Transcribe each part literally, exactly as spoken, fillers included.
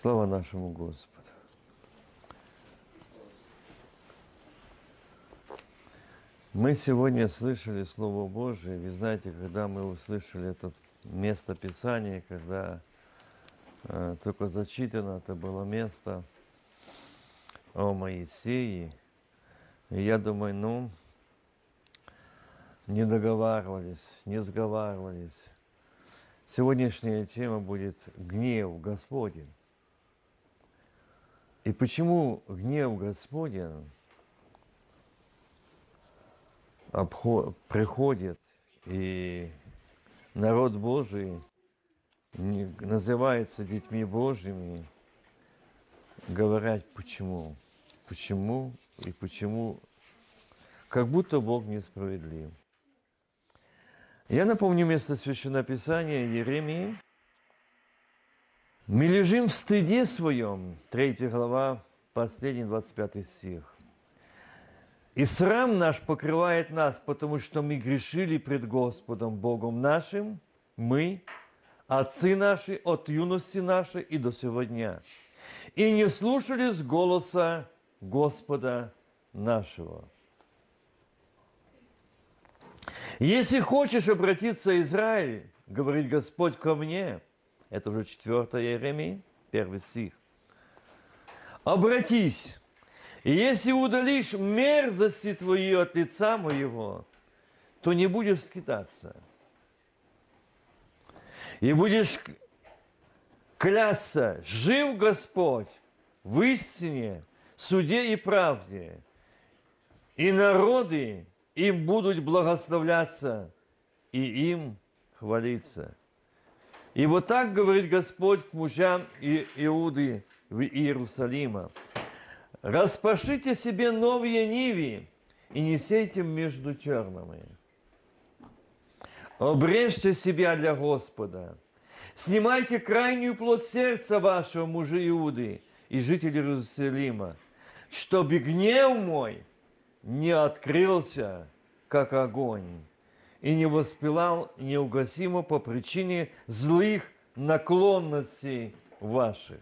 Слава нашему Господу. Мы сегодня слышали Слово Божие. Вы знаете, когда мы услышали это место Писания, когда э, только зачитано это было место о Моисее, и я думаю, ну, не договаривались, не сговаривались. Сегодняшняя тема будет гнев Господень. И почему гнев Господень обход, приходит, и народ Божий не, называется детьми Божьими, говорят почему, почему и почему, как будто Бог несправедлив. Я напомню место Священного Писания Иеремии. «Мы лежим в стыде своем», третья глава, последний двадцать пятый стих. «И срам наш покрывает нас, потому что мы грешили пред Господом Богом нашим, мы, отцы наши, от юности нашей и до сегодня, и не слушались голоса Господа нашего». «Если хочешь обратиться, Израиль, говорит Господь, ко мне», это уже четвёртая Иеремия, первый стих, «обратись, и если удалишь мерзости твои от лица моего, то не будешь скитаться, и будешь клясться, жив Господь в истине, суде и правде, и народы им будут благословляться, и им хвалиться. И вот так говорит Господь к мужам Иуды в Иерусалима: распашите себе новые ниви и не сейте между тернами. Обрежьте себя для Господа. Снимайте крайнюю плоть сердца вашего, мужи Иуды и жители Иерусалима, чтобы гнев мой не открылся, как огонь, и не воспылал неугасимо по причине злых наклонностей ваших».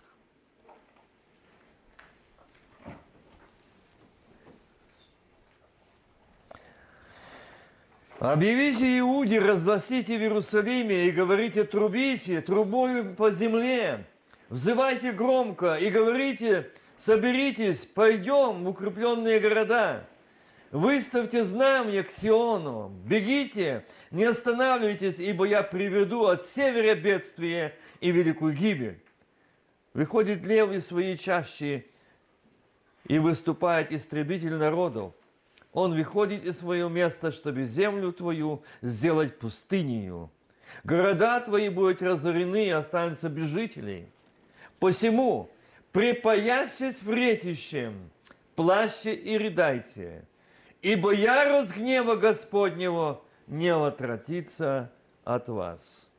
«Объявите Иуде, разгласите в Иерусалиме и говорите, трубите трубою по земле, взывайте громко и говорите, соберитесь, пойдем в укрепленные города. Выставьте знамя к Сиону, бегите, не останавливайтесь, ибо я приведу от севера бедствие и великую гибель. Выходит лев из своей чащи и выступает истребитель народов. Он выходит из своего места, чтобы землю твою сделать пустынею. Города твои будут разорены и останутся без жителей. Посему, припаящись вретищем, плачьте и рыдайте, ибо ярость гнева Господнего не отвратится от вас».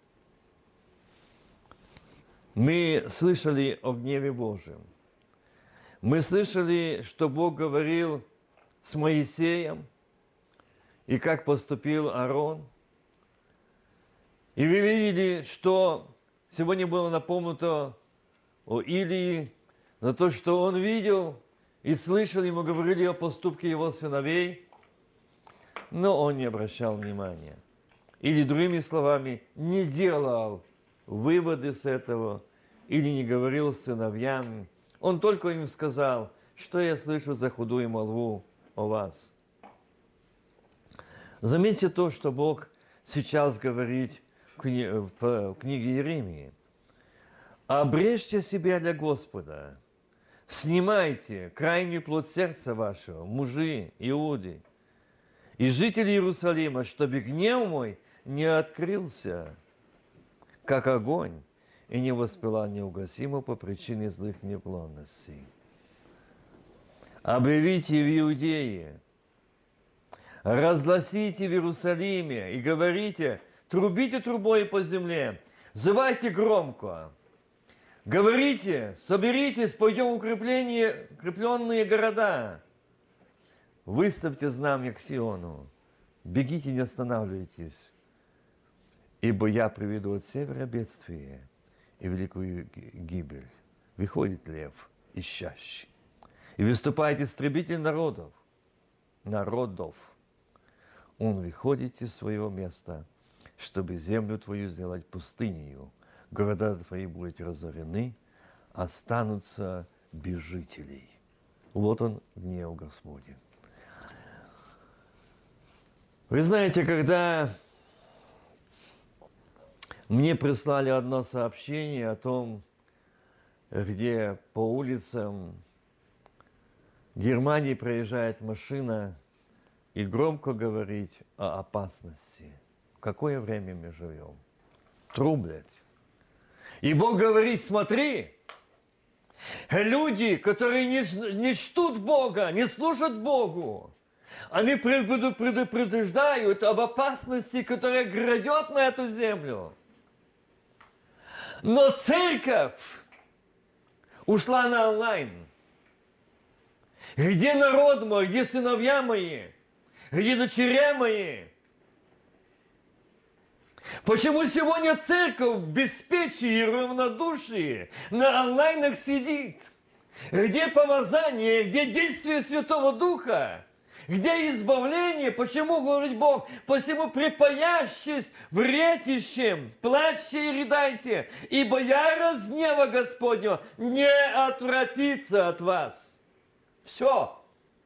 Мы слышали о гневе Божьем. Мы слышали, что Бог говорил с Моисеем, и как поступил Аарон. И вы видели, что сегодня было напомнено о Илии, за то, что он видел и слышал, ему говорили о поступке его сыновей, но он не обращал внимания. Или, другими словами, не делал выводы с этого, или не говорил с сыновьями. Он только им сказал, что я слышу за худую молву о вас. Заметьте то, что Бог сейчас говорит в книге Иеремии. «Обрежьте себя для Господа, снимайте крайнюю плоть сердца вашего, мужи Иуды и жители Иерусалима, чтобы гнев мой не открылся, как огонь, и не воспылал неугасимо по причине злых неклонностей. Объявите в Иудее, разгласите в Иерусалиме и говорите, трубите трубой по земле, взывайте громко, говорите, соберитесь, пойдем в укрепление, укрепленные города, выставьте знамя к Сиону, бегите, не останавливайтесь, ибо я приведу от севера бедствие и великую гибель. выходит лев ищащий, и выступает истребитель народов, народов. Он выходит из своего места, чтобы землю твою сделать пустынею. Города твои будут разорены, останутся без жителей. Вот он, гнев Господень. Вы знаете, когда мне прислали одно сообщение о том, где по улицам Германии проезжает машина и громко говорит о опасности. В какое время мы живем? Трублять. И Бог говорит, смотри, люди, которые не, не чтут Бога, не служат Богу, они предупреждают об опасности, которая грядет на эту землю. Но церковь ушла на онлайн. Где народ мой, где сыновья мои, где дочеря мои? Почему сегодня церковь в беспечии и равнодушии на онлайнах сидит? Где помазание, где действие Святого Духа? Где избавление? Почему, говорит Бог, посему припаящись вретищем, плачьте и рыдайте, ибо ярость гнева Господнего не отвратится от вас. Все.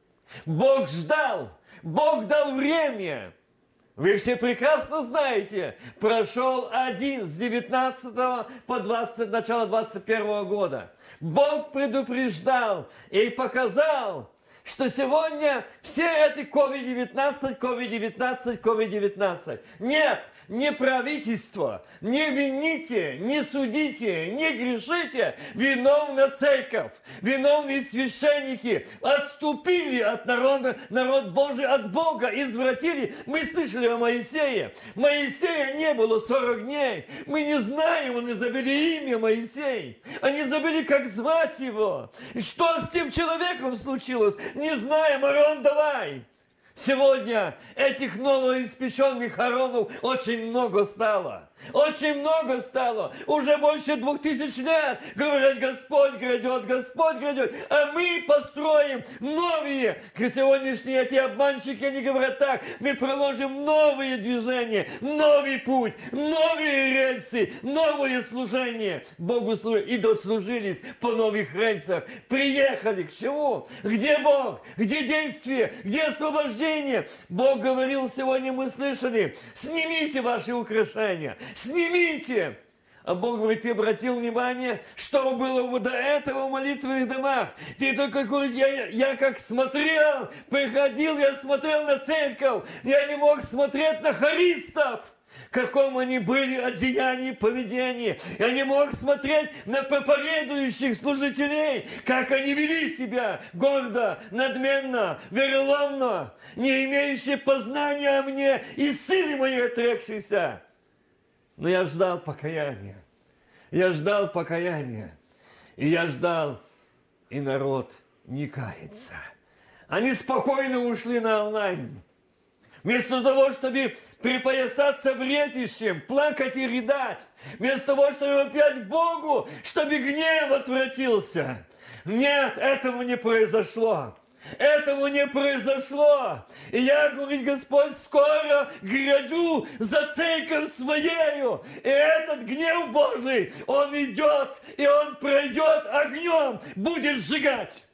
Бог ждал, Бог дал время. Вы все прекрасно знаете, прошел один с девятнадцатого по двадцать, начало двадцать первого года. Бог предупреждал и показал, что сегодня все эти ковид девятнадцать, ковид девятнадцать, ковид девятнадцать. Нет, не правительство, не вините, не судите, не грешите. Виновна церковь, виновные священники отступили от народа, народ Божий от Бога, извратили. Мы слышали о Моисее. Моисея не было сорок дней. Мы не знаем, они забыли имя Моисей. Они забыли, как звать его. И что с тем человеком случилось? Не знаем, Аарон, давай. Сегодня этих новоиспеченных Ааронов очень много стало. Очень много стало. Уже больше двух тысяч лет. Говорят, Господь грядет, Господь грядет. А мы построим новые. Сегодняшние эти обманщики, они говорят так. Мы проложим новые движения, новый путь, новые рельсы, новое служение. Богу служили и дослужились по новых рельсах. Приехали к чему? Где Бог? Где действие? Где освобождение? Бог говорил сегодня, мы слышали. Снимите ваши украшения. Снимите! А Бог говорит, ты обратил внимание, что было вот до этого в молитвенных домах. Ты только говорит, я, я как смотрел, приходил, я смотрел на церковь, я не мог смотреть на хористов. В каком они были одеянии, поведении. Я не мог смотреть на проповедующих служителей, как они вели себя гордо, надменно, вероломно, не имеющие познания о мне и силе моей отрекшейся. Но я ждал покаяния. Я ждал покаяния. И я ждал, и народ не кается. Они спокойно ушли на онлайн. Вместо того, чтобы припоясаться вретищем, плакать и рыдать. Вместо того, чтобы опять Богу, чтобы гнев отвратился. Нет, этого не произошло. Этого не произошло. И я, говорит Господь, скоро гряду за церковь своею. И этот гнев Божий, он идет, и он пройдет огнем, будет сжигать.